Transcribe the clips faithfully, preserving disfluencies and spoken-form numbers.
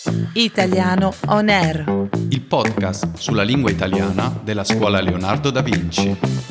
Italiano On Air, il podcast sulla lingua italiana della Scuola Leonardo da Vinci.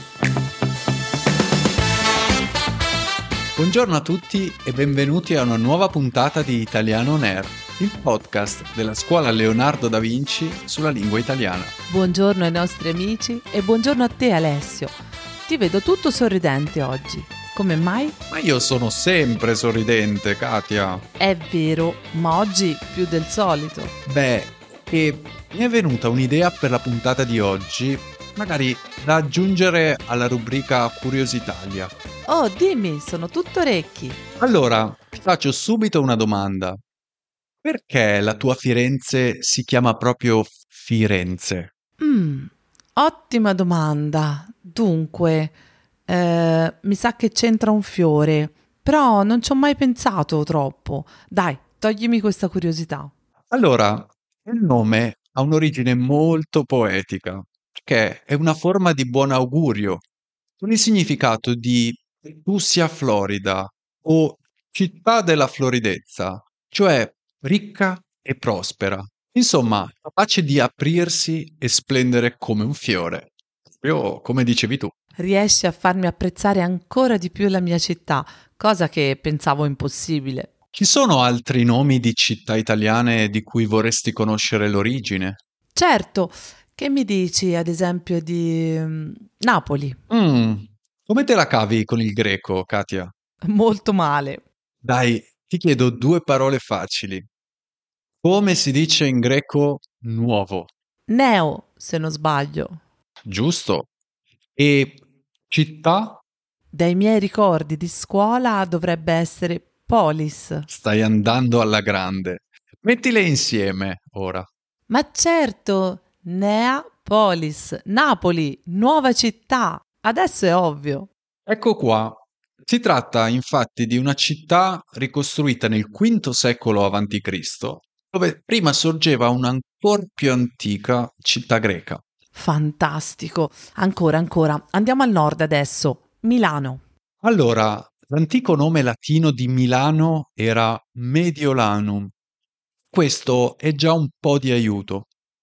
Buongiorno a tutti e benvenuti a una nuova puntata di Italiano On Air, il podcast della Scuola Leonardo da Vinci sulla lingua italiana. buongiorno ai nostri amici e buongiorno a te Alessio. Ti vedo tutto sorridente oggi. Come mai? Ma io sono sempre sorridente, Katia. È vero, ma oggi più del solito. Beh, e mi è venuta un'idea per la puntata di oggi, magari da aggiungere alla rubrica Curiositalia. Oh, dimmi, sono tutto orecchi. Allora, ti faccio subito una domanda. Perché la tua Firenze si chiama proprio Firenze? Mm, ottima domanda. Dunque, eh, mi sa che c'entra un fiore, però non ci ho mai pensato troppo. Dai, toglimi questa curiosità. Allora, il nome ha un'origine molto poetica, perché è una forma di buon augurio, con il significato di Russia Florida o città della floridezza, cioè ricca e prospera. Insomma, capace di aprirsi e splendere come un fiore, proprio come dicevi tu. Riesci a farmi apprezzare ancora di più la mia città, cosa che pensavo impossibile. Ci sono altri nomi di città italiane di cui vorresti conoscere l'origine? Certo, che mi dici ad esempio di mm, Napoli? Mm, come te la cavi con il greco, Katia? Molto male. Dai, ti chiedo due parole facili. Come si dice in greco nuovo? Neo, se non sbaglio. Giusto? E città? Dai miei ricordi di scuola dovrebbe essere Polis. Stai andando alla grande. Mettile insieme ora. Ma certo, Neapolis, Napoli, nuova città. Adesso è ovvio. Ecco qua. Si tratta infatti di una città ricostruita nel quinto secolo avanti Cristo, dove prima sorgeva un'ancor più antica città greca. Fantastico. Ancora, ancora. Andiamo al nord adesso. Milano. Allora, l'antico nome latino di Milano era Mediolanum. Questo è già un po' di aiuto.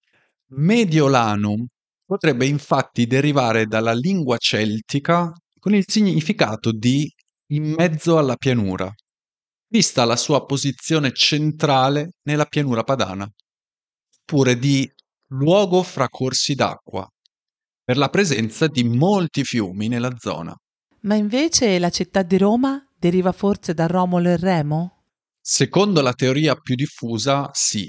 Mediolanum potrebbe infatti derivare dalla lingua celtica con il significato di in mezzo alla pianura, vista la sua posizione centrale nella pianura padana, oppure di luogo fra corsi d'acqua, per la presenza di molti fiumi nella zona. Ma invece la città di Roma deriva forse da Romolo e Remo? Secondo la teoria più diffusa, sì.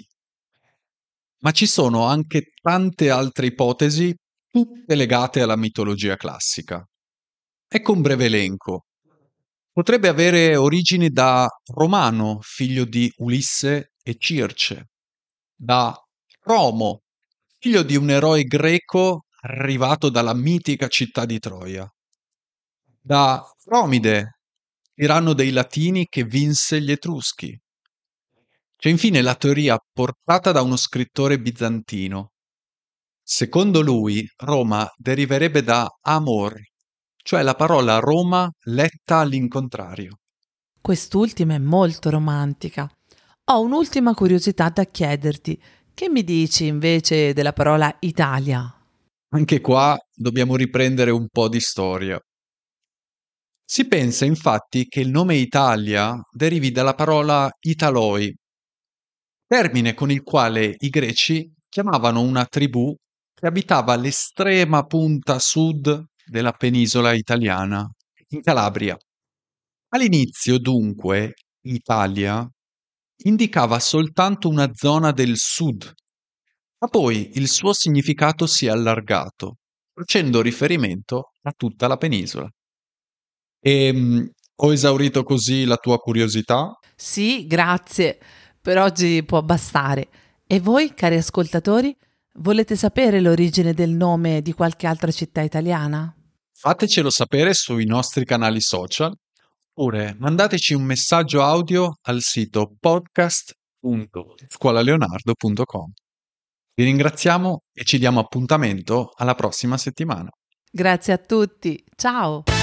Ma ci sono anche tante altre ipotesi, tutte legate alla mitologia classica. Ecco un breve elenco. Potrebbe avere origini da Romano, figlio di Ulisse e Circe, da Romo, figlio di un eroe greco arrivato dalla mitica città di Troia, da Romide, tiranno dei Latini che vinse gli Etruschi. C'è infine la teoria portata da uno scrittore bizantino. Secondo lui, Roma deriverebbe da amor, cioè la parola Roma letta all'incontrario. Quest'ultima è molto romantica. Ho un'ultima curiosità da chiederti. Che mi dici invece della parola Italia? Anche qua dobbiamo riprendere un po' di storia. Si pensa infatti che il nome Italia derivi dalla parola Italoi, termine con il quale i greci chiamavano una tribù che abitava l'estrema punta sud della penisola italiana, in Calabria. All'inizio, dunque, Italia indicava soltanto una zona del sud, ma poi il suo significato si è allargato, facendo riferimento a tutta la penisola. E mh, ho esaurito così la tua curiosità? Sì, grazie. Per oggi può bastare. E voi, cari ascoltatori, volete sapere l'origine del nome di qualche altra città italiana? Fatecelo sapere sui nostri canali social oppure mandateci un messaggio audio al sito podcast punto scuolaleonardo punto com. Vi ringraziamo e ci diamo appuntamento alla prossima settimana. Grazie a tutti. Ciao!